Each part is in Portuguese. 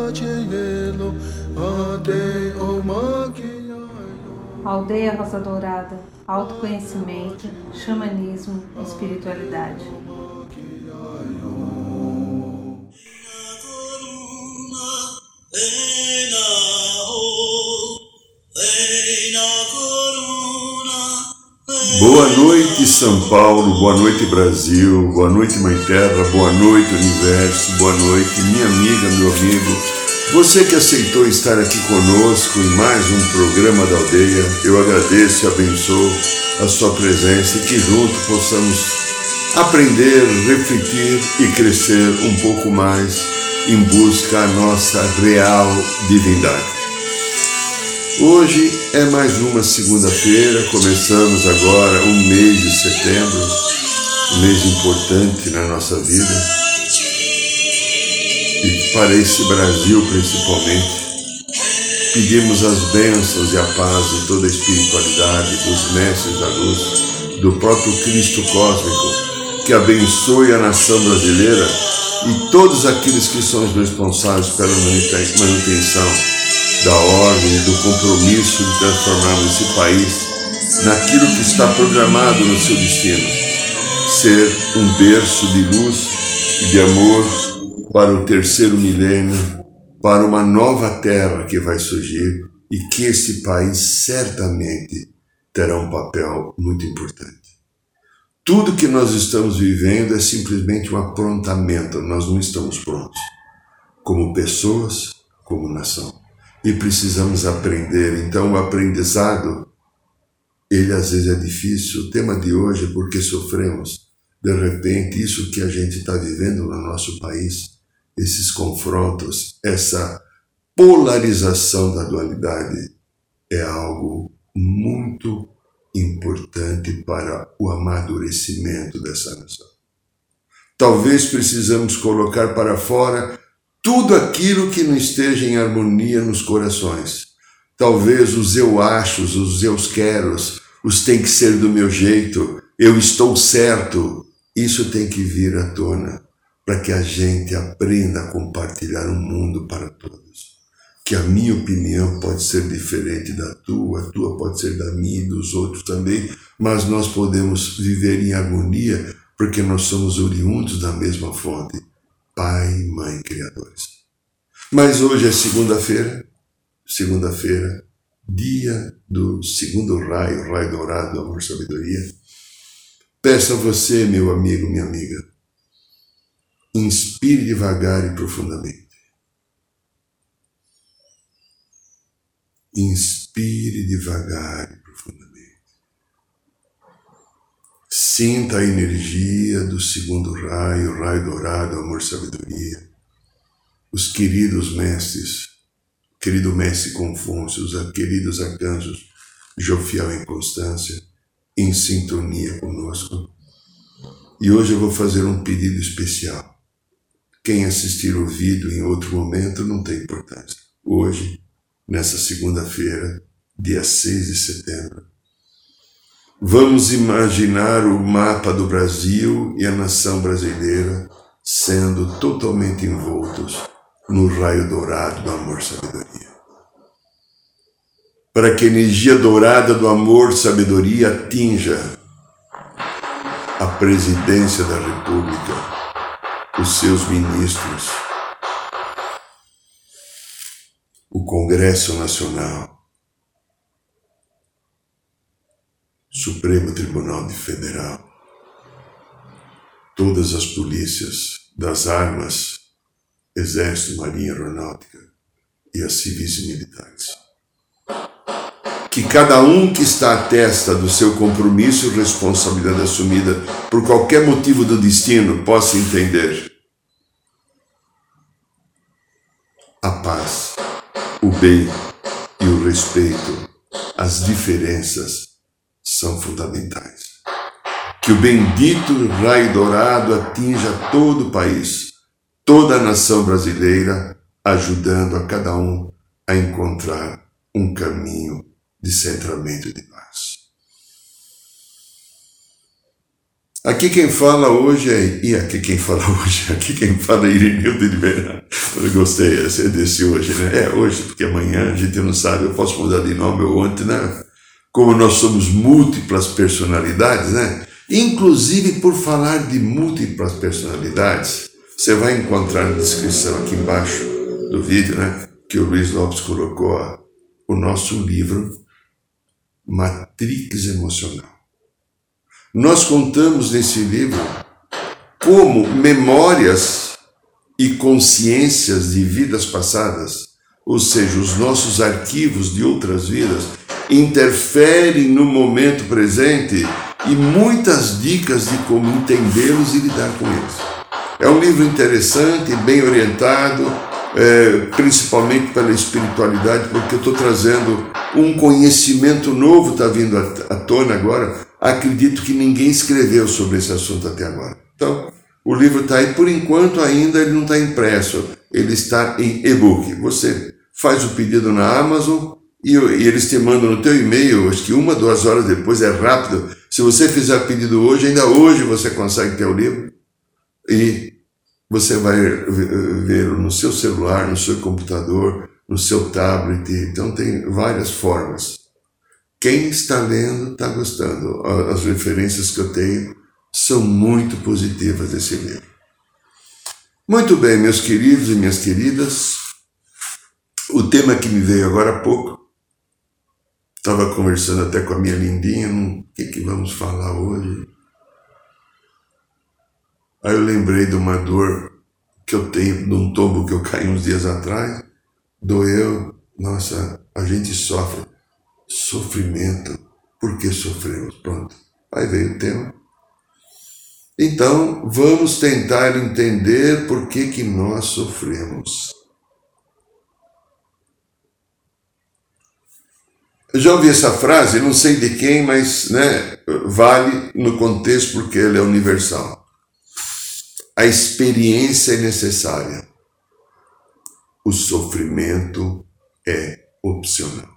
Aldeia Rosa Dourada, autoconhecimento, xamanismo e espiritualidade. Boa noite, São Paulo, boa noite, Brasil, boa noite, Mãe Terra, boa noite, Universo, boa noite, minha amiga, meu amigo. Você que aceitou estar aqui conosco em mais um programa da Aldeia, eu agradeço e abençoo a sua presença e que juntos possamos aprender, refletir e crescer um pouco mais em busca da nossa real divindade. Hoje é mais uma segunda-feira, começamos agora um mês de setembro, um mês importante na nossa vida, e para esse Brasil principalmente, pedimos as bênçãos e a paz de toda a espiritualidade, dos mestres da luz, do próprio Cristo cósmico, que abençoe a nação brasileira e todos aqueles que são os responsáveis pela manutenção da ordem e do compromisso de transformar esse país naquilo que está programado no seu destino, ser um berço de luz e de amor para o terceiro milênio, para uma nova terra que vai surgir e que esse país certamente terá um papel muito importante. Tudo que nós estamos vivendo é simplesmente um aprontamento, nós não estamos prontos, como pessoas, como nação. E precisamos aprender. Então o aprendizado, ele às vezes é difícil. O tema de hoje é porque sofremos. De repente, isso que a gente está vivendo no nosso país, esses confrontos, essa polarização da dualidade, é algo muito importante para o amadurecimento dessa nação. Talvez precisamos colocar para fora tudo aquilo que não esteja em harmonia nos corações. Talvez os eu achos, os eu queros, os tem que ser do meu jeito, eu estou certo. Isso tem que vir à tona para que a gente aprenda a compartilhar um mundo para todos. Que a minha opinião pode ser diferente da tua, a tua pode ser da minha e dos outros também, mas nós podemos viver em harmonia porque nós somos oriundos da mesma fonte. Pai, Mãe, Criadores. Mas hoje é segunda-feira, dia do segundo raio, raio dourado do amor e sabedoria. Peço a você, meu amigo, minha amiga, inspire devagar e profundamente. Inspire devagar e profundamente. Sinta a energia do segundo raio, raio dourado, amor e sabedoria. Os queridos mestres, querido mestre Confúcio, os queridos arcanjos Jofiel e Constância, em sintonia conosco. E hoje eu vou fazer um pedido especial. Quem assistir o vídeo em outro momento não tem importância. Hoje, nessa segunda-feira, dia 6 de setembro, vamos imaginar o mapa do Brasil e a nação brasileira sendo totalmente envoltos no raio dourado do amor e sabedoria. Para que a energia dourada do amor e sabedoria atinja a presidência da República, os seus ministros, o Congresso Nacional, Supremo Tribunal Federal, todas as polícias das armas, Exército, Marinha, Aeronáutica e as civis e militares. Que cada um que está à testa do seu compromisso e responsabilidade assumida por qualquer motivo do destino possa entender a paz, o bem e o respeito, as diferenças são fundamentais. Que o bendito raio dourado atinja todo o país, toda a nação brasileira, ajudando a cada um a encontrar um caminho de centramento de paz. Aqui quem fala hoje é... Aqui quem fala é Ireneu de Liberar. Eu gostei desse hoje, né? Hoje, porque amanhã a gente não sabe, eu posso mudar de nome ou ontem, né? Como nós somos múltiplas personalidades, né? Inclusive, por falar de múltiplas personalidades, você vai encontrar na descrição aqui embaixo do vídeo, né? Que o Luiz Lopes colocou o nosso livro Matrix Emocional. Nós contamos nesse livro como memórias e consciências de vidas passadas, ou seja, os nossos arquivos de outras vidas, interferem no momento presente e muitas dicas de como entendê-los e lidar com eles. É um livro interessante, bem orientado, principalmente pela espiritualidade, porque eu estou trazendo um conhecimento novo, está vindo à tona agora. Acredito que ninguém escreveu sobre esse assunto até agora. Então, o livro está aí, por enquanto ainda ele não está impresso, ele está em e-book. Você faz o pedido na Amazon e eles te mandam no teu e-mail, acho que 1 ou 2 horas depois, é rápido. Se você fizer o pedido hoje, ainda hoje você consegue ter o livro e você vai ver no seu celular, no seu computador, no seu tablet. Então tem várias formas. Quem está lendo está gostando. As referências que eu tenho são muito positivas desse livro. Muito bem, meus queridos e minhas queridas. O tema que me veio agora há pouco, estava conversando até com a minha lindinha, o que vamos falar hoje? Aí eu lembrei de uma dor que eu tenho, de um tombo que eu caí uns dias atrás, doeu, nossa, a gente sofre. Sofrimento, por que sofremos? Pronto, aí veio o tema. Então, vamos tentar entender por que nós sofremos. Eu já ouvi essa frase, não sei de quem, mas né, vale no contexto porque ela é universal. A experiência é necessária. O sofrimento é opcional.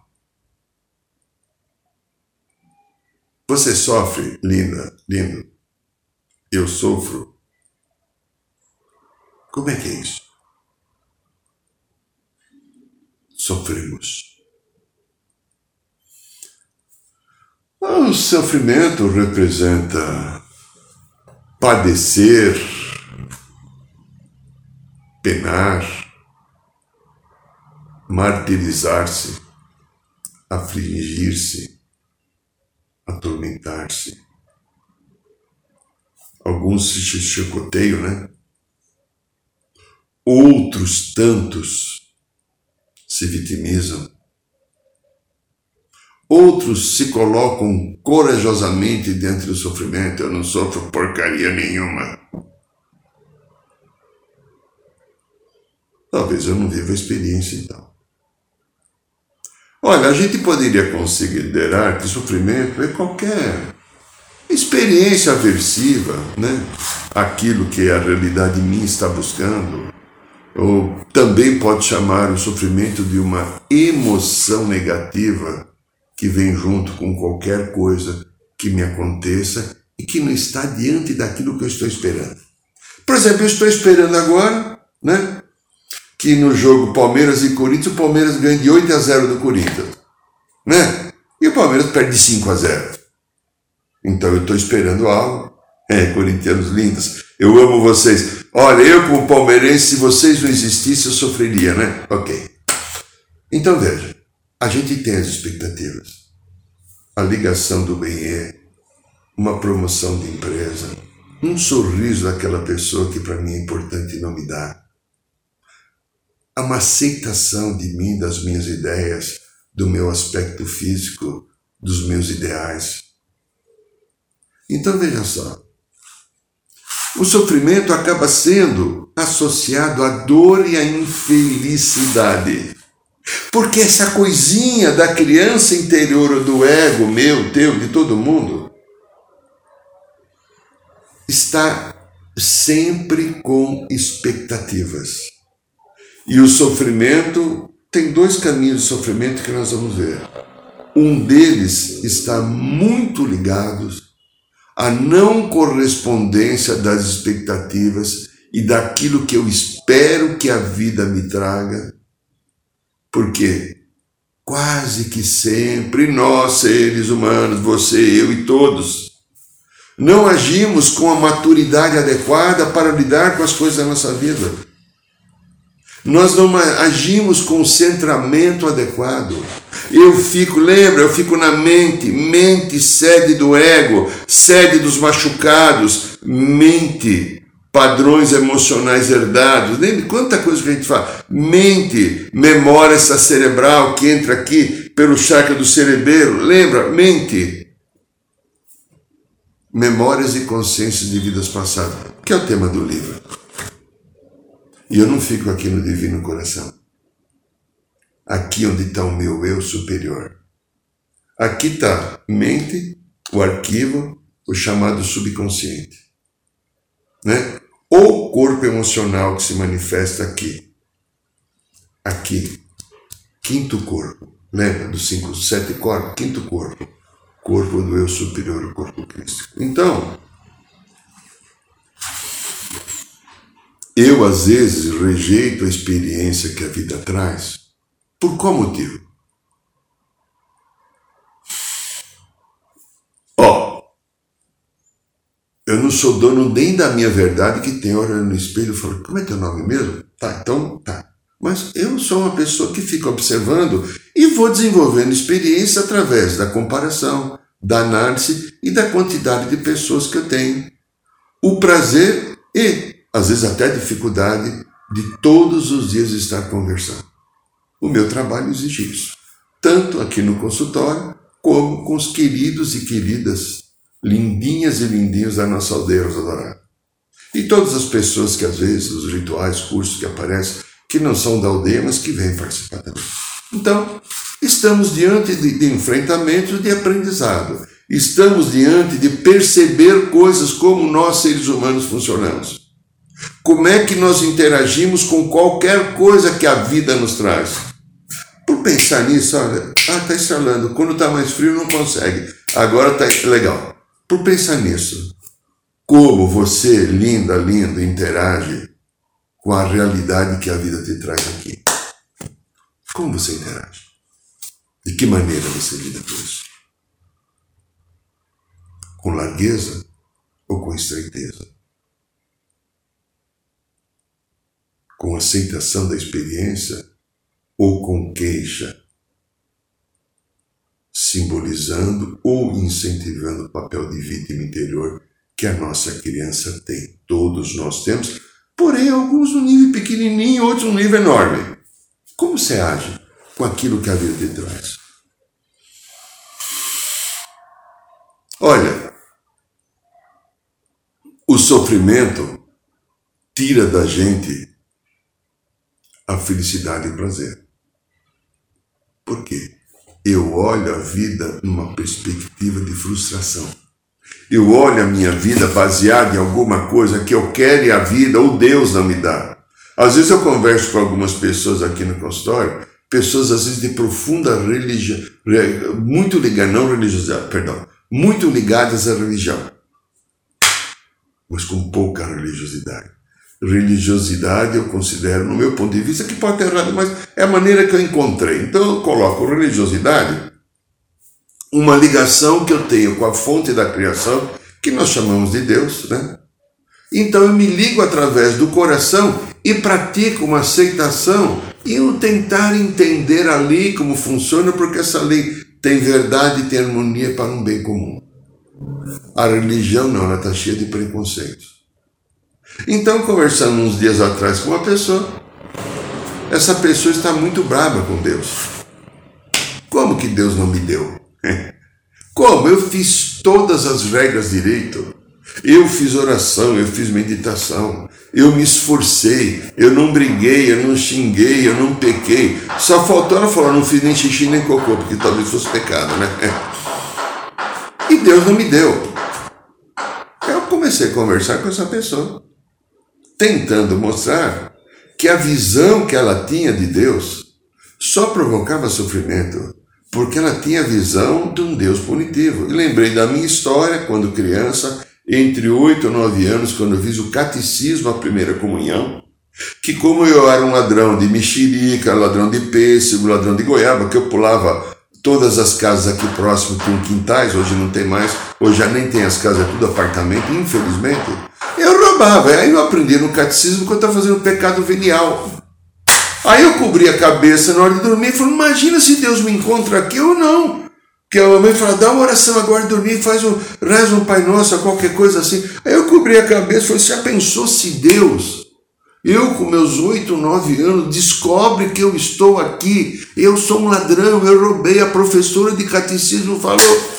Você sofre, linda, lindo? Eu sofro? Como é que é isso? Sofremos. O sofrimento representa padecer, penar, martirizar-se, afligir-se, atormentar-se. Alguns se chicoteiam, né? Outros tantos se vitimizam. Outros se colocam corajosamente diante do sofrimento. Eu não sofro porcaria nenhuma. Talvez eu não viva a experiência então. Olha, a gente poderia considerar que sofrimento é qualquer experiência aversiva, né? Aquilo que a realidade em mim está buscando. Ou também pode chamar o sofrimento de uma emoção negativa que vem junto com qualquer coisa que me aconteça e que não está diante daquilo que eu estou esperando. Por exemplo, eu estou esperando agora, né, que no jogo Palmeiras e Corinthians, o Palmeiras ganhe de 8-0 do Corinthians, né? E o Palmeiras perde de 5-0. Então eu estou esperando algo. Corintianos lindos, eu amo vocês. Olha, eu como palmeirense, se vocês não existissem, eu sofreria, né? Ok. Então veja, a gente tem as expectativas. A ligação do bem, uma promoção de empresa, um sorriso daquela pessoa que para mim é importante e não me dá. Uma aceitação de mim, das minhas ideias, do meu aspecto físico, dos meus ideais. Então veja só, o sofrimento acaba sendo associado à dor e à infelicidade. Porque essa coisinha da criança interior, do ego, meu, teu, de todo mundo, está sempre com expectativas. E o sofrimento, tem 2 caminhos de sofrimento que nós vamos ver. Um deles está muito ligado a não correspondência das expectativas e daquilo que eu espero que a vida me traga. Porque quase que sempre nós, seres humanos, você, eu e todos, não agimos com a maturidade adequada para lidar com as coisas da nossa vida. Nós não agimos com o centramento adequado. Eu fico na mente sede do ego, sede dos machucados, mente, padrões emocionais herdados. Lembre quanta coisa que a gente fala. Mente, memória essa cerebral que entra aqui pelo chakra do cerebelo. Lembra? Mente. Memórias e consciências de vidas passadas, que é o tema do livro. E eu não fico aqui no Divino Coração. Aqui onde está o meu eu superior. Aqui está mente, o arquivo, o chamado subconsciente. Né? Ou corpo emocional que se manifesta aqui. Aqui. Quinto corpo. Lembra dos 7 corpos? Quinto corpo. Corpo do eu superior, o corpo crístico. Então, eu às vezes rejeito a experiência que a vida traz. Por qual motivo? Eu não sou dono nem da minha verdade, que tem hora no espelho e falo, como é teu nome mesmo? Tá, então tá. Mas eu sou uma pessoa que fica observando e vou desenvolvendo experiência através da comparação, da análise e da quantidade de pessoas que eu tenho. O prazer e, às vezes, até a dificuldade de todos os dias estar conversando. O meu trabalho exige isso, tanto aqui no consultório, como com os queridos e queridas, lindinhas e lindinhos da nossa aldeia Rosa Dourada. E todas as pessoas que, às vezes, os rituais, cursos que aparecem, que não são da aldeia, mas que vêm participar também. Então, estamos diante de enfrentamentos de aprendizado. Estamos diante de perceber coisas como nós, seres humanos, funcionamos. Como é que nós interagimos com qualquer coisa que a vida nos traz. Por pensar nisso, olha, está estralando, quando está mais frio não consegue, agora está legal. Por pensar nisso, como você, linda, lindo, interage com a realidade que a vida te traz aqui. Como você interage? De que maneira você lida com isso? Com largueza ou com estreiteza? Com aceitação da experiência ou com queixa? Simbolizando ou incentivando o papel de vítima interior que a nossa criança tem. Todos nós temos, porém alguns num nível pequenininho, outros num nível enorme. Como você age com aquilo que a vida te traz? Olha, o sofrimento tira da gente a felicidade e o prazer. Por quê? Eu olho a vida numa perspectiva de frustração. Eu olho a minha vida baseada em alguma coisa que eu quero e a vida ou Deus não me dá. Às vezes eu converso com algumas pessoas aqui no consultório, pessoas às vezes de profunda religião, muito ligadas à religião, mas com pouca religiosidade. Religiosidade eu considero, no meu ponto de vista, que pode ter errado, mas é a maneira que eu encontrei. Então eu coloco religiosidade, uma ligação que eu tenho com a fonte da criação, que nós chamamos de Deus, né? Então eu me ligo através do coração e pratico uma aceitação e o tentar entender ali como funciona, porque essa lei tem verdade e tem harmonia para um bem comum. A religião não, ela está cheia de preconceitos. Então, conversando uns dias atrás com uma pessoa, essa pessoa está muito brava com Deus. Como que Deus não me deu? Como? Eu fiz todas as regras direito. Eu fiz oração, eu fiz meditação, eu me esforcei, eu não briguei, eu não xinguei, eu não pequei. Só faltou ela falar, não fiz nem xixi nem cocô, porque talvez fosse pecado, né? E Deus não me deu. Eu comecei a conversar com essa pessoa, tentando mostrar que a visão que ela tinha de Deus só provocava sofrimento, porque ela tinha a visão de um Deus punitivo. E lembrei da minha história, quando criança, entre 8 e 9 anos, quando eu fiz o catecismo, a primeira comunhão, que como eu era um ladrão de mexerica, ladrão de pêssego, ladrão de goiaba, que eu pulava todas as casas aqui próximo, tinham quintais, hoje não tem mais, hoje já nem tem as casas, é tudo apartamento, infelizmente, eu roubava. Aí eu aprendi no catecismo que eu estava fazendo pecado venial. Aí eu cobri a cabeça na hora de dormir e falei, imagina se Deus me encontra aqui ou não. Que a mamãe fala, dá uma oração agora de dormir, reza um Pai Nosso, qualquer coisa assim. Aí eu cobri a cabeça e falei, já pensou se Deus, eu com meus 8, 9 anos, descobre que eu estou aqui, eu sou um ladrão, eu roubei, a professora de catecismo falou.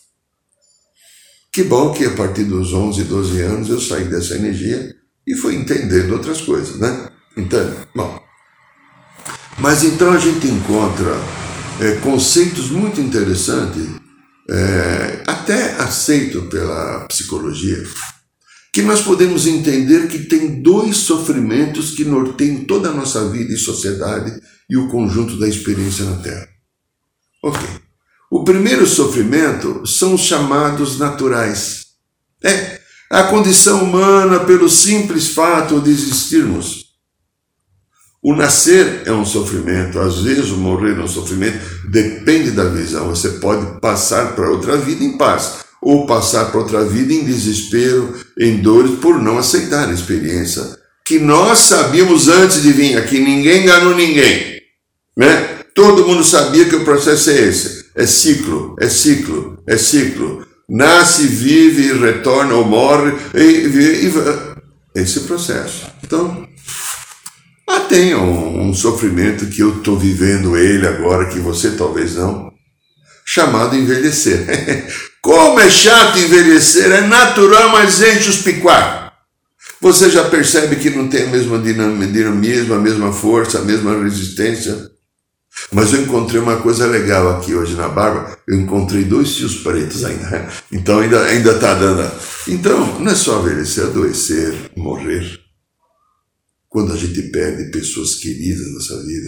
Que bom que a partir dos 11, 12 anos eu saí dessa energia e fui entendendo outras coisas, né? Entende? Bom. Mas então a gente encontra conceitos muito interessantes, até aceito pela psicologia, que nós podemos entender que tem 2 sofrimentos que norteiam toda a nossa vida e sociedade e o conjunto da experiência na Terra. Ok. O primeiro sofrimento são os chamados naturais. A condição humana pelo simples fato de existirmos. O nascer é um sofrimento, às vezes o morrer é um sofrimento, depende da visão. Você pode passar para outra vida em paz, ou passar para outra vida em desespero, em dores, por não aceitar a experiência. Que nós sabíamos antes de vir aqui, ninguém enganou ninguém, né? Todo mundo sabia que o processo é esse, é ciclo, é ciclo, é ciclo. Nasce, vive, retorna ou morre, esse processo. Então, tem um sofrimento que eu estou vivendo ele agora, que você talvez não, chamado envelhecer. Como é chato envelhecer, é natural, mas enche os picuá. Você já percebe que não tem a mesma dinamismo, a mesma força, a mesma resistência. Mas eu encontrei uma coisa legal aqui hoje na barba, eu encontrei 2 fios pretos ainda. Então ainda está dando. Então, não é só envelhecer, adoecer, morrer. Quando a gente perde pessoas queridas na nossa vida,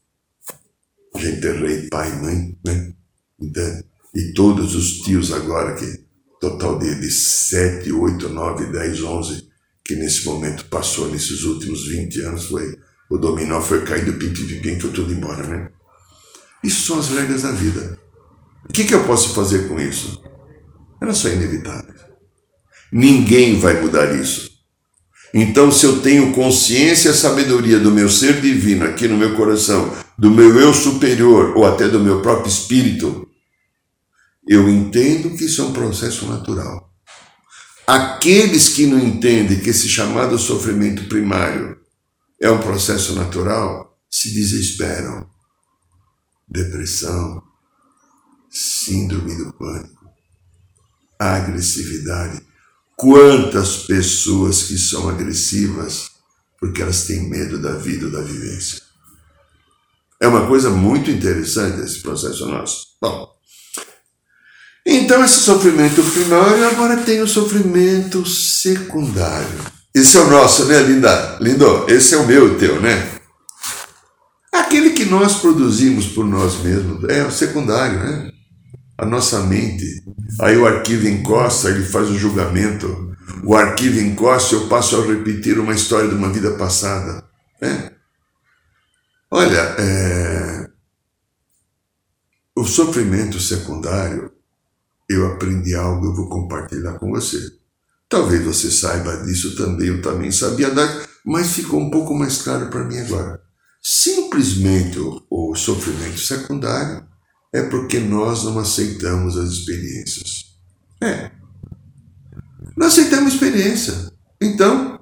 já enterrei pai e mãe, né? Então, e todos os tios agora, que total de 7, 8, 9, 10, 11, que nesse momento passou nesses últimos 20 anos, o dominó foi caindo, pim, foi tudo embora, né? Isso são as regras da vida. O que eu posso fazer com isso? Elas são inevitáveis. Ninguém vai mudar isso. Então, se eu tenho consciência e sabedoria do meu ser divino aqui no meu coração, do meu eu superior ou até do meu próprio espírito, eu entendo que isso é um processo natural. Aqueles que não entendem que esse chamado sofrimento primário é um processo natural, se desesperam. Depressão, síndrome do pânico, agressividade. Quantas pessoas que são agressivas porque elas têm medo da vida ou da vivência. É uma coisa muito interessante esse processo nosso. Bom, então esse sofrimento primário, agora tem o sofrimento secundário. Esse é o nosso, né, linda? Lindo, esse é o meu, o teu, né? Aquele que nós produzimos por nós mesmos, é o secundário, né? A nossa mente. Aí o arquivo encosta, ele faz o julgamento. O arquivo encosta, eu passo a repetir uma história de uma vida passada. Olha, o sofrimento secundário, eu aprendi algo, eu vou compartilhar com você. Talvez você saiba disso também, eu também sabia, mas ficou um pouco mais claro para mim agora. Simplesmente o sofrimento secundário é porque nós não aceitamos as experiências. Não aceitamos experiência. Então,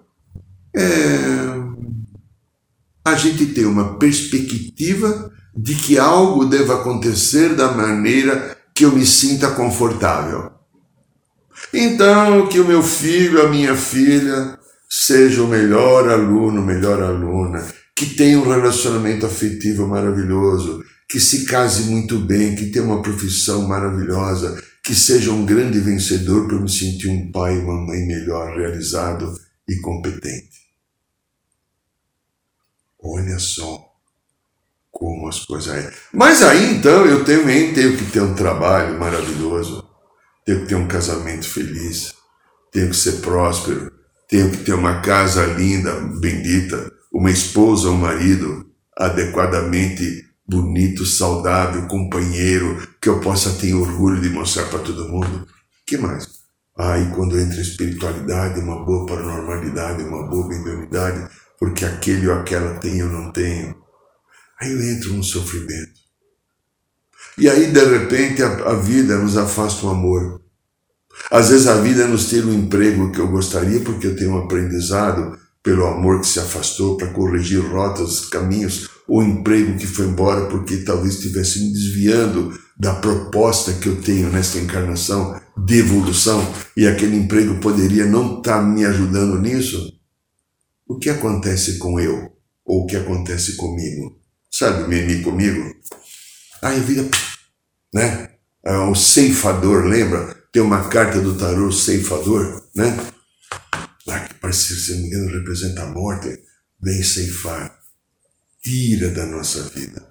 a gente tem uma perspectiva de que algo deva acontecer da maneira que eu me sinta confortável. Então, que o meu filho, a minha filha, seja o melhor aluno, melhor aluna, que tenha um relacionamento afetivo maravilhoso, que se case muito bem, que tenha uma profissão maravilhosa, que seja um grande vencedor para eu me sentir um pai e uma mãe melhor, realizado e competente. Olha só como algumas coisas aí. Mas aí então eu também tenho que ter um trabalho maravilhoso, tenho que ter um casamento feliz, tenho que ser próspero, tenho que ter uma casa linda, bendita, uma esposa, um marido adequadamente bonito, saudável, companheiro, que eu possa ter orgulho de mostrar para todo mundo. Que mais? E quando entra a espiritualidade, uma boa paranormalidade, uma boa mediunidade, porque aquele ou aquela tem, eu não tenho. Aí eu entro no sofrimento. E aí, de repente, a vida nos afasta o amor. Às vezes a vida nos tira um emprego que eu gostaria, porque eu tenho um aprendizado pelo amor que se afastou para corrigir rotas, caminhos, ou emprego que foi embora porque talvez estivesse me desviando da proposta que eu tenho nesta encarnação de evolução, e aquele emprego poderia não estar me ajudando nisso. O que acontece com eu? Ou o que acontece comigo? Sabe, Mimi comigo? A vida, né? O ceifador, lembra? Tem uma carta do tarô, ceifador, né? Lá que parece, se não me engano, representa a morte. Vem ceifar. Tira da nossa vida.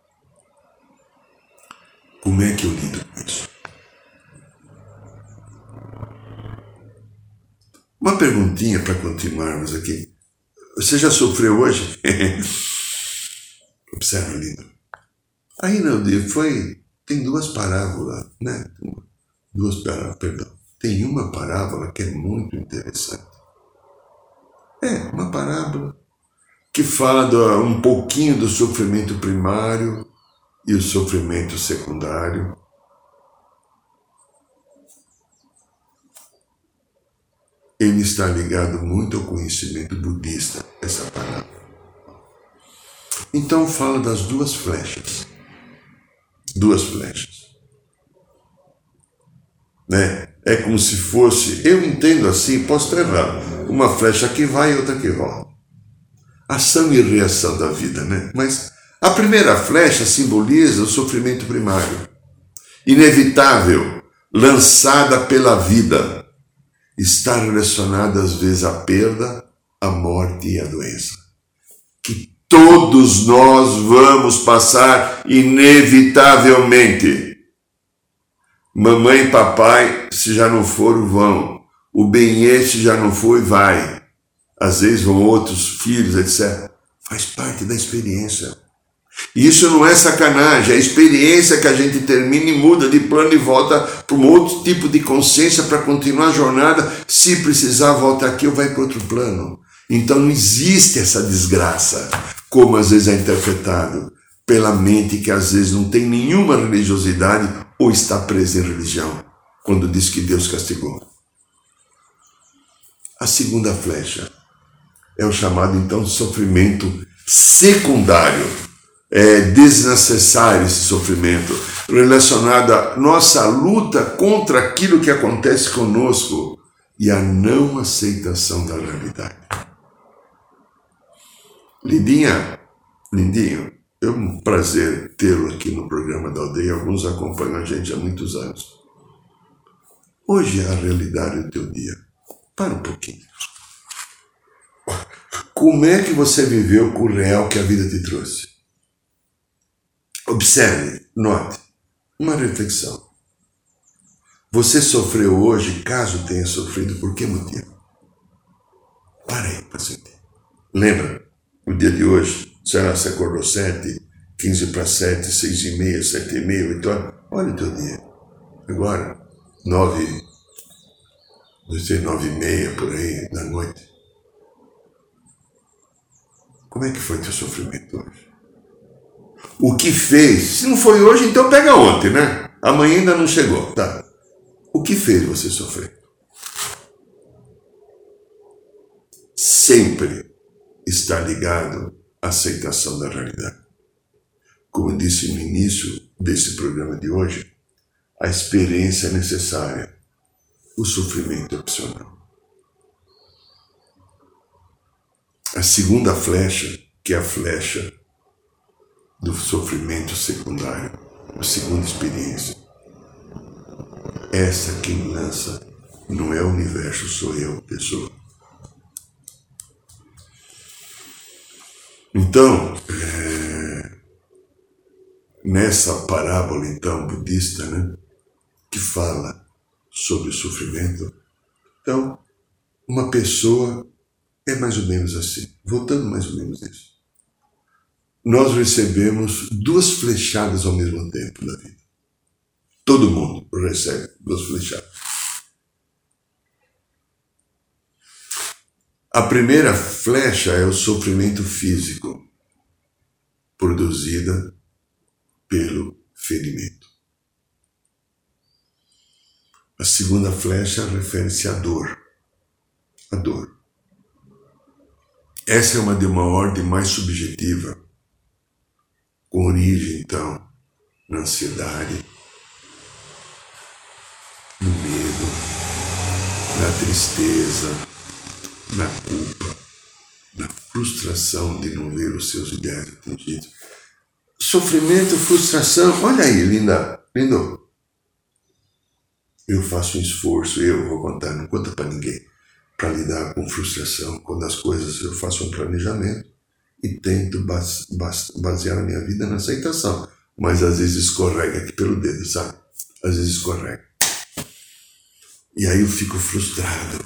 Como é que eu lido com isso? Uma perguntinha para continuarmos aqui. Você já sofreu hoje? Observa, lindo. Aí não, tem duas parábolas, né? Tem uma parábola que é muito interessante. Uma parábola que fala um pouquinho do sofrimento primário e o sofrimento secundário. Ele está ligado muito ao conhecimento budista, essa parábola. Então fala das duas flechas. Duas flechas. Né? É como se fosse, eu entendo assim, posso estar errado, uma flecha que vai e outra que volta. Ação e reação da vida, né? Mas a primeira flecha simboliza o sofrimento primário, inevitável, lançada pela vida. Está relacionada às vezes à perda, à morte e à doença. Que todos nós vamos passar inevitavelmente. Mamãe e papai, se já não foram, vão. O benê, se já não foi, vai. Às vezes vão outros filhos, etc. Faz parte da experiência. Isso não é sacanagem, é a experiência que a gente termina e muda de plano e volta para um outro tipo de consciência para continuar a jornada. Se precisar, volta aqui ou vai para outro plano. Então não existe essa desgraça, como às vezes é interpretado pela mente que às vezes não tem nenhuma religiosidade ou está presa em religião, quando diz que Deus castigou. A segunda flecha é o chamado então de sofrimento secundário. É desnecessário esse sofrimento, relacionado à nossa luta contra aquilo que acontece conosco e a não aceitação da realidade. Lindinho, é um prazer tê-lo aqui no programa da Aldeia. Alguns acompanham a gente há muitos anos. Hoje é a realidade do teu dia. Para um pouquinho. Como é que você viveu com o real que a vida te trouxe? Observe, note, uma reflexão. Você sofreu hoje, caso tenha sofrido, por que motivo? Para aí, paciente. Lembra, o dia de hoje, você acordou 7, 15 para 7, 6 e meia, 7 e meia, 8 horas. Olha o teu dia. Agora, 9 e meia, por aí, da noite. Como é que foi teu sofrimento hoje? O que fez? Se não foi hoje, então pega ontem, né? Amanhã ainda não chegou, tá? O que fez você sofrer? Sempre está ligado à aceitação da realidade. Como eu disse no início desse programa de hoje, a experiência é necessária, o sofrimento é opcional. A segunda flecha, que é a flecha do sofrimento secundário, a segunda experiência. Essa quem lança não é o universo, sou eu, pessoa. Então, nessa parábola, então, budista, né, que fala sobre o sofrimento. Então, uma pessoa é mais ou menos assim, voltando mais ou menos nisso. Nós recebemos 2 flechadas ao mesmo tempo na vida. Todo mundo recebe 2 flechadas. A primeira flecha é o sofrimento físico, produzida pelo ferimento. A segunda flecha refere-se à dor. A dor. Essa é de uma ordem mais subjetiva, com origem, então, na ansiedade, no medo, na tristeza, na culpa, na frustração de não ver os seus ideais atingidos. Sofrimento, frustração, olha aí, lindo. Eu faço um esforço, eu vou contar, não conta para ninguém, para lidar com frustração. Quando as coisas, eu faço um planejamento e tento basear a minha vida na aceitação. Mas às vezes escorrega aqui pelo dedo, sabe? Às vezes escorrega. E aí eu fico frustrado.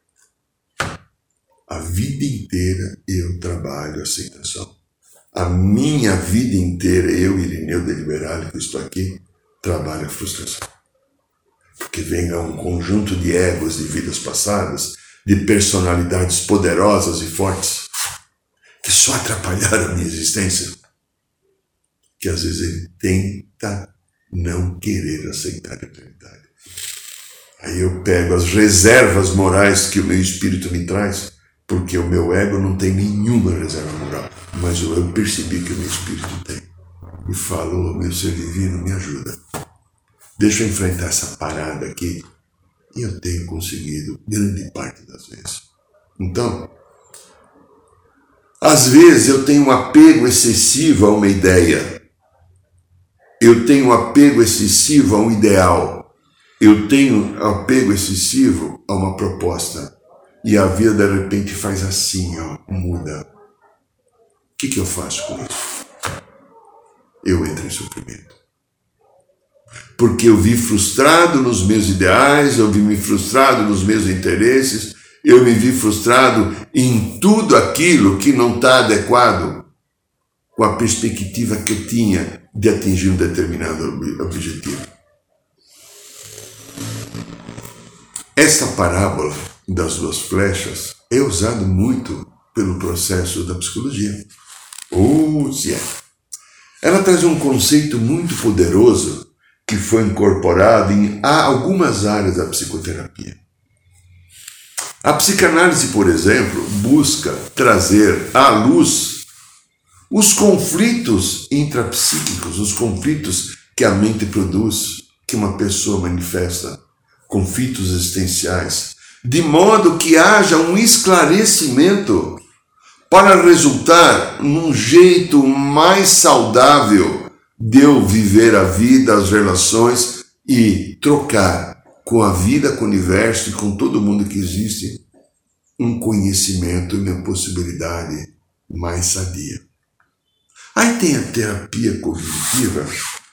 A vida inteira eu trabalho a aceitação. A minha vida inteira, eu, Irineu Deliberale, que estou aqui, trabalho a frustração. Porque vem um conjunto de egos de vidas passadas, de personalidades poderosas e fortes, que só atrapalharam a minha existência, que às vezes ele tenta não querer aceitar a eternidade. Aí eu pego as reservas morais que o meu espírito me traz, porque o meu ego não tem nenhuma reserva moral, mas eu percebi que o meu espírito tem. E falo, meu ser divino, me ajuda. Deixa eu enfrentar essa parada aqui. E eu tenho conseguido grande parte das vezes. Então, às vezes eu tenho um apego excessivo a uma ideia. Eu tenho um apego excessivo a um ideal. Eu tenho apego excessivo a uma proposta. E a vida, de repente, faz assim, ó, muda. O que eu faço com isso? Eu entro em sofrimento. Porque eu vi frustrado nos meus ideais, eu vi me frustrado nos meus interesses, eu me vi frustrado em tudo aquilo que não está adequado com a perspectiva que eu tinha de atingir um determinado objetivo. Essa parábola das 2 flechas é usada muito pelo processo da psicologia. Ela traz um conceito muito poderoso que foi incorporado em algumas áreas da psicoterapia. A psicanálise, por exemplo, busca trazer à luz os conflitos intrapsíquicos, os conflitos que a mente produz, que uma pessoa manifesta, conflitos existenciais, de modo que haja um esclarecimento para resultar num jeito mais saudável de eu viver a vida, as relações e trocar com a vida, com o universo e com todo mundo que existe um conhecimento e uma possibilidade mais sadia. Aí tem a terapia cognitiva,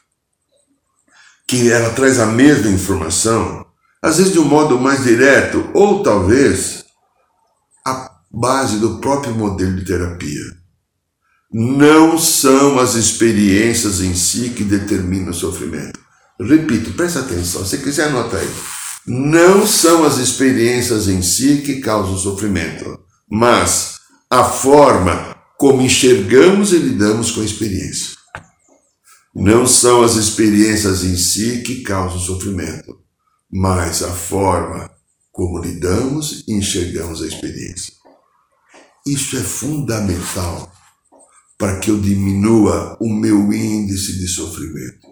que ela traz a mesma informação, às vezes de um modo mais direto, ou talvez a base do próprio modelo de terapia. Não são as experiências em si que determinam o sofrimento. Repito, presta atenção, se quiser anota aí. Não são as experiências em si que causam o sofrimento, mas a forma como enxergamos e lidamos com a experiência. Não são as experiências em si que causam o sofrimento, mas a forma como lidamos e enxergamos a experiência. Isso é fundamental para que eu diminua o meu índice de sofrimento.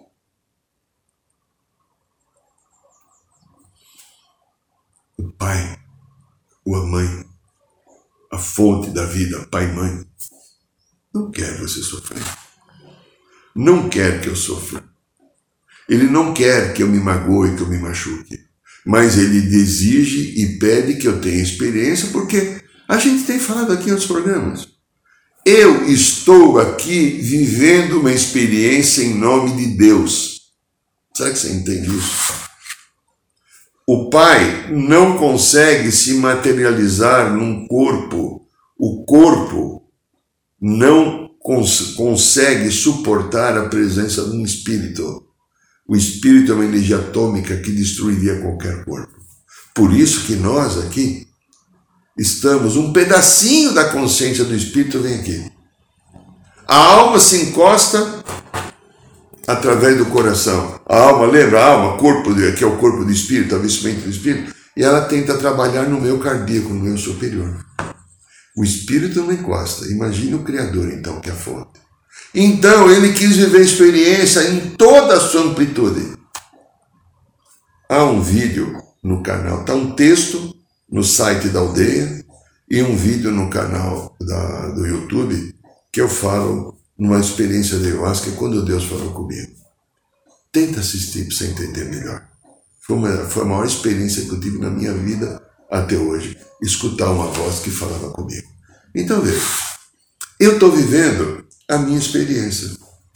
O pai, ou a mãe, a fonte da vida, pai e mãe, não quer você sofrer. Não quer que eu sofra. Ele não quer que eu me magoe, que eu me machuque. Mas ele exige e pede que eu tenha experiência, porque a gente tem falado aqui em outros programas. Eu estou aqui vivendo uma experiência em nome de Deus. Será que você entende isso? O Pai não consegue se materializar num corpo. O corpo não consegue suportar a presença de um espírito. O espírito é uma energia atômica que destruiria qualquer corpo. Por isso que nós aqui estamos, um pedacinho da consciência do espírito vem aqui. A alma se encosta através do coração. A alma, lembra? A alma, corpo, que é o corpo do espírito, a vestimenta do espírito, e ela tenta trabalhar no meio cardíaco, no meio superior. O espírito não encosta. Imagine o Criador, então, que é a fonte. Então, ele quis viver a experiência em toda a sua amplitude. Há um vídeo no canal, está um texto no site da aldeia e um vídeo no canal do YouTube que eu falo numa experiência de ayahuasca quando Deus falou comigo. Tenta assistir para você entender melhor. Foi a maior experiência que eu tive na minha vida até hoje, escutar uma voz que falava comigo. Então veja, eu estou vivendo a minha experiência.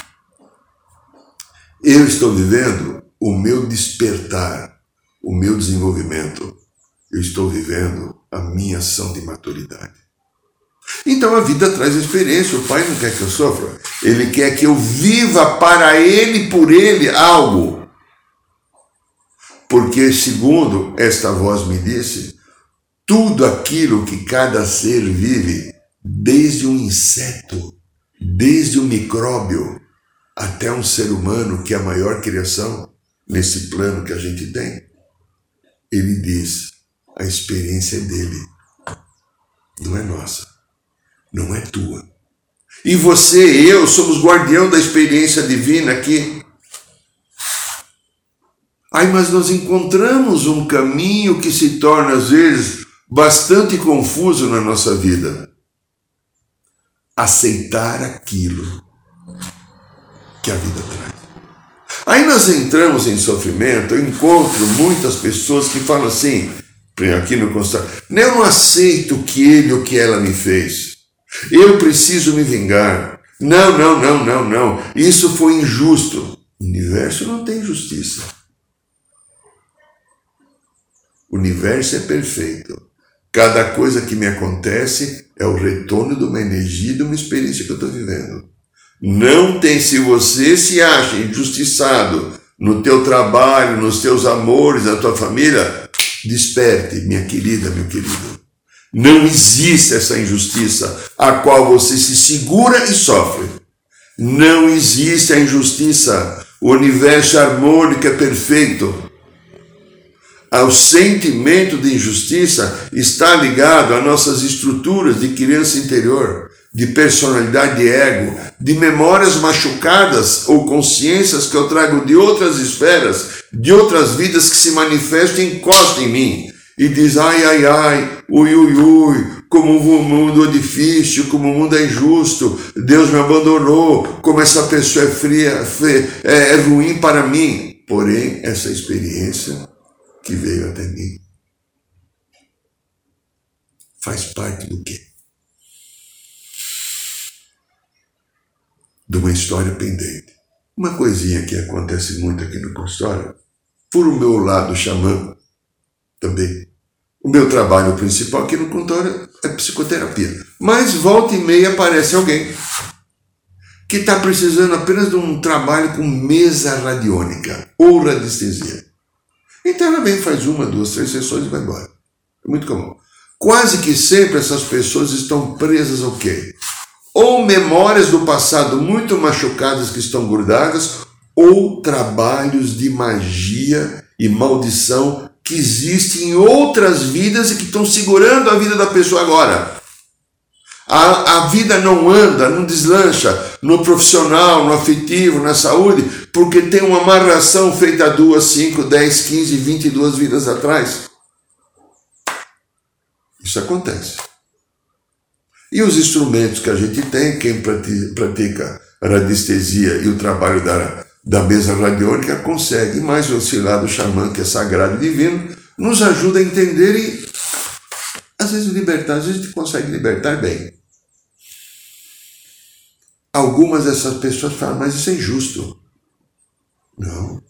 Eu estou vivendo o meu despertar, o meu desenvolvimento. Eu estou vivendo a minha ação de maturidade. Então a vida traz experiência. O Pai não quer que eu sofra. Ele quer que eu viva para Ele, por Ele, algo. Porque, segundo esta voz me disse, tudo aquilo que cada ser vive, desde um inseto, desde um micróbio, até um ser humano, que é a maior criação nesse plano que a gente tem, ele diz, a experiência é dele, não é nossa, não é tua. E você e eu somos guardião da experiência divina aqui. Mas nós encontramos um caminho que se torna, às vezes, bastante confuso na nossa vida. Aceitar aquilo que a vida traz. Aí nós entramos em sofrimento. Eu encontro muitas pessoas que falam assim, aqui no consultório, eu não aceito o que ele ou que ela me fez. Eu preciso me vingar. Não. Isso foi injusto. O universo não tem justiça. O universo é perfeito. Cada coisa que me acontece é o retorno de uma energia, de uma experiência que eu estou vivendo. Não tem, se você se acha injustiçado no teu trabalho, nos teus amores, na tua família, desperte, minha querida, meu querido. Não existe essa injustiça a qual você se segura e sofre. Não existe a injustiça. O universo harmônico é perfeito. O sentimento de injustiça está ligado a nossas estruturas de criança interior, de personalidade de ego, de memórias machucadas ou consciências que eu trago de outras esferas, de outras vidas que se manifestam e encostam em mim. E diz, ai, ui, como o mundo é difícil, como o mundo é injusto, Deus me abandonou, como essa pessoa é fria, é ruim para mim. Porém, essa experiência que veio até mim faz parte do quê? De uma história pendente. Uma coisinha que acontece muito aqui no consultório, por o meu lado xamã também. O meu trabalho principal aqui no consultório é psicoterapia. Mas volta e meia aparece alguém que está precisando apenas de um trabalho com mesa radiônica ou radiestesia. Então ela vem, faz 1, 2, 3 sessões e vai embora. É muito comum. Quase que sempre essas pessoas estão presas ao quê? Ou memórias do passado muito machucadas que estão guardadas, ou trabalhos de magia e maldição que existem em outras vidas e que estão segurando a vida da pessoa agora. A vida não anda, não deslancha no profissional, no afetivo, na saúde, porque tem uma amarração feita 2, 5, 10, 15, 22 vidas atrás. Isso acontece. E os instrumentos que a gente tem, quem pratica a radiestesia e o trabalho da mesa radiônica consegue, mais o auxiliar do xamã, que é sagrado e divino, nos ajuda a entender e, às vezes, libertar. Às vezes a gente consegue libertar bem. algumas dessas pessoas falam, mas isso é injusto. Não.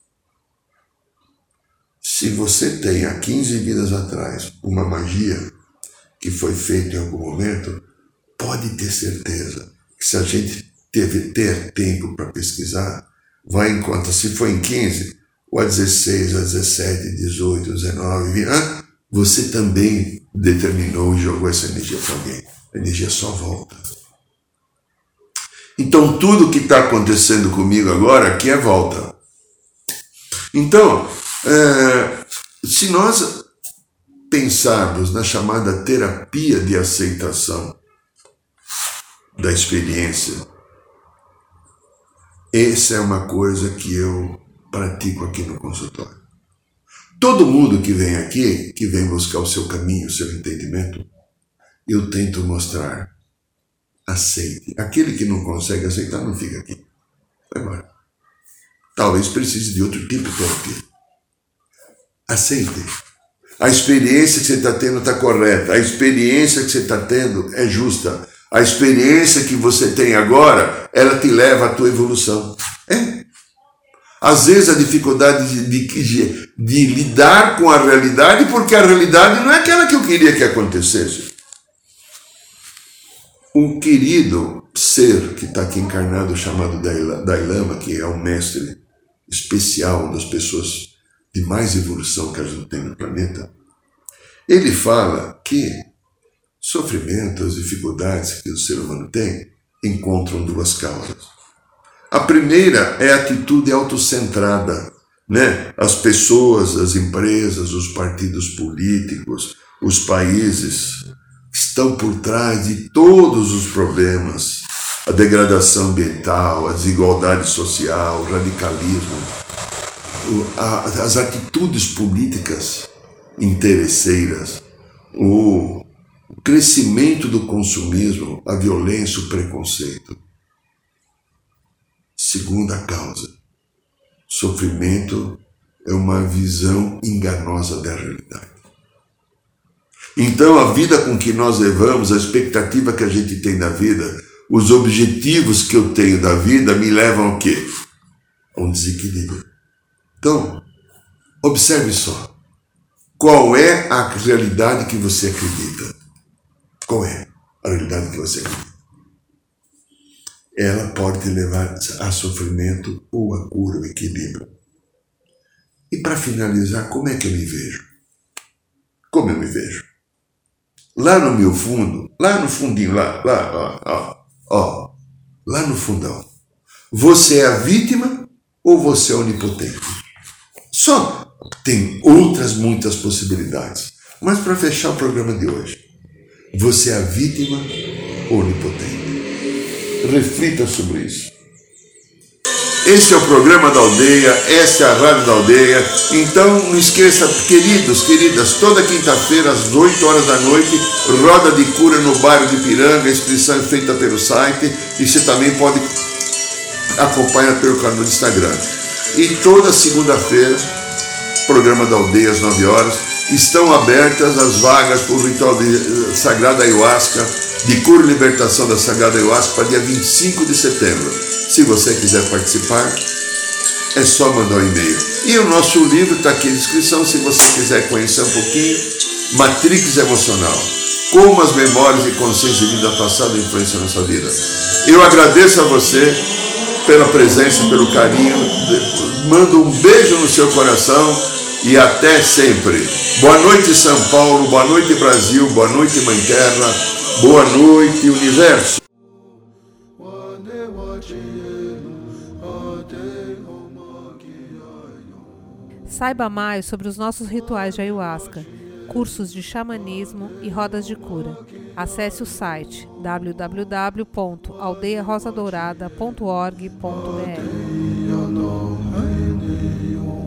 Se você tem há 15 vidas atrás uma magia que foi feita em algum momento, pode ter certeza que se a gente ter tempo para pesquisar, vai encontrar, se foi em 15, ou a 16, a 17, 18, 19, 20, você também determinou e jogou essa energia para alguém. A energia só volta. Então tudo que está acontecendo comigo agora aqui é volta. Então, se nós pensarmos na chamada terapia de aceitação da experiência, essa é uma coisa que eu pratico aqui no consultório. Todo mundo que vem aqui, que vem buscar o seu caminho, o seu entendimento, eu tento mostrar, aceite. Aquele que não consegue aceitar não fica aqui, vai embora. Talvez precise de outro tipo de terapia. Aceite. A experiência que você está tendo está correta. A experiência que você está tendo é justa. A experiência que você tem agora, ela te leva à tua evolução. Às vezes a dificuldade de lidar com a realidade, porque a realidade não é aquela que eu queria que acontecesse. Um querido ser que está aqui encarnado, chamado Dalai Lama, que é um mestre especial, uma das pessoas de mais evolução que a gente tem no planeta, ele fala que sofrimentos, dificuldades que o ser humano tem, encontram duas causas. A primeira é a atitude autocentrada, né? As pessoas, as empresas, os partidos políticos, os países estão por trás de todos os problemas. A degradação ambiental, a desigualdade social, o radicalismo, as atitudes políticas interesseiras, o crescimento do consumismo, a violência, o preconceito. Segunda causa, sofrimento é uma visão enganosa da realidade. Então a vida com que nós levamos, a expectativa que a gente tem da vida, os objetivos que eu tenho da vida me levam ao quê? A um desequilíbrio. Então, observe só. Qual é a realidade que você acredita? Qual é a realidade que você acredita? Ela pode te levar a sofrimento ou a cura, o equilíbrio. E para finalizar, como é que eu me vejo? Como eu me vejo? Lá no meu fundo, lá no fundinho, lá no fundão, você é a vítima ou você é onipotente? Só tem outras muitas possibilidades. Mas para fechar o programa de hoje, você é a vítima ou onipotente? Reflita sobre isso. Esse é o programa da aldeia, essa é a rádio da aldeia. Então não esqueça, queridos, queridas, toda quinta-feira às 8 horas da noite, roda de cura no bairro de Ipiranga, a inscrição é feita pelo site e você também pode acompanhar pelo canal do Instagram. E toda segunda-feira, programa da aldeia às 9 horas, estão abertas as vagas para o ritual de Sagrada Ayahuasca, de cura e libertação da Sagrada Ayahuasca para dia 25 de setembro. Se você quiser participar, é só mandar um e-mail. E o nosso livro está aqui na descrição, se você quiser conhecer um pouquinho, Matrix Emocional, como as memórias e consciência de vida passada influenciam a nossa vida. Eu agradeço a você pela presença, pelo carinho, mando um beijo no seu coração e até sempre. Boa noite, São Paulo, boa noite, Brasil, boa noite, Mãe Terra, boa noite, Universo. Saiba mais sobre os nossos rituais de Ayahuasca, cursos de xamanismo e rodas de cura. Acesse o site www.aldeiarosadourada.org.br.